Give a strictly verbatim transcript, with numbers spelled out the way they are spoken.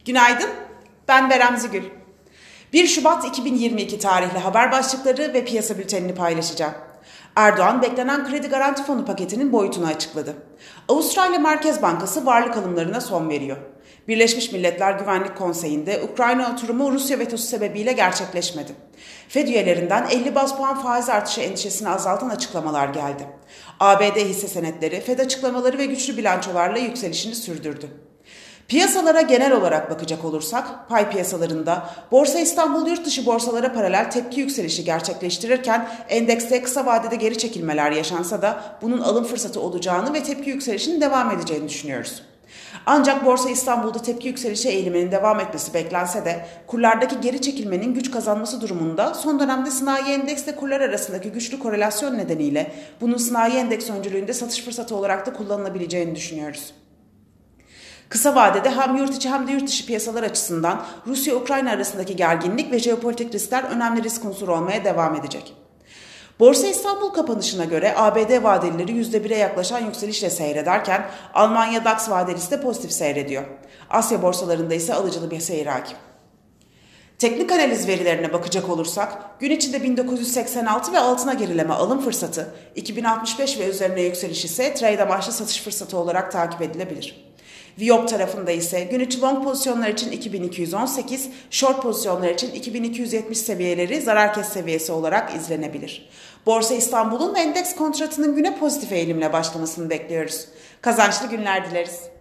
Günaydın, ben Berem Zigül. bir Şubat iki bin yirmi iki tarihli haber başlıkları ve piyasa bültenini paylaşacağım. Erdoğan, beklenen kredi garanti fonu paketinin boyutunu açıkladı. Avustralya Merkez Bankası varlık alımlarına son veriyor. Birleşmiş Milletler Güvenlik Konseyi'nde Ukrayna oturumu Rusya vetosu sebebiyle gerçekleşmedi. Fed üyelerinden elli baz puan faiz artışı endişesini azaltan açıklamalar geldi. A B D hisse senetleri Fed açıklamaları ve güçlü bilançolarla yükselişini sürdürdü. Piyasalara genel olarak bakacak olursak, pay piyasalarında Borsa İstanbul yurt dışı borsalara paralel tepki yükselişi gerçekleştirirken endekste kısa vadede geri çekilmeler yaşansa da bunun alım fırsatı olacağını ve tepki yükselişinin devam edeceğini düşünüyoruz. Ancak Borsa İstanbul'da tepki yükselişi eğiliminin devam etmesi beklense de kurlardaki geri çekilmenin güç kazanması durumunda son dönemde sanayi endeksle kurlar arasındaki güçlü korelasyon nedeniyle bunun sanayi endeks öncülüğünde satış fırsatı olarak da kullanılabileceğini düşünüyoruz. Kısa vadede hem yurt içi hem de yurt dışı piyasalar açısından Rusya-Ukrayna arasındaki gerginlik ve jeopolitik riskler önemli risk unsuru olmaya devam edecek. Borsa İstanbul kapanışına göre A B D vadelileri yüzde bire yaklaşan yükselişle seyrederken Almanya DAX vadelisi de pozitif seyrediyor. Asya borsalarında ise alıcılı bir seyir hakim. Teknik analiz verilerine bakacak olursak, gün içinde bin dokuz yüz seksen altı ve altına gerileme alım fırsatı, iki bin altmış beş ve üzerine yükseliş ise trade amaçlı satış fırsatı olarak takip edilebilir. Viyop tarafında ise gün içi long pozisyonlar için iki bin iki yüz on sekiz, short pozisyonlar için iki bin iki yüz yetmiş seviyeleri zarar kes seviyesi olarak izlenebilir. Borsa İstanbul'un endeks kontratının güne pozitif eğilimle başlamasını bekliyoruz. Kazançlı günler dileriz.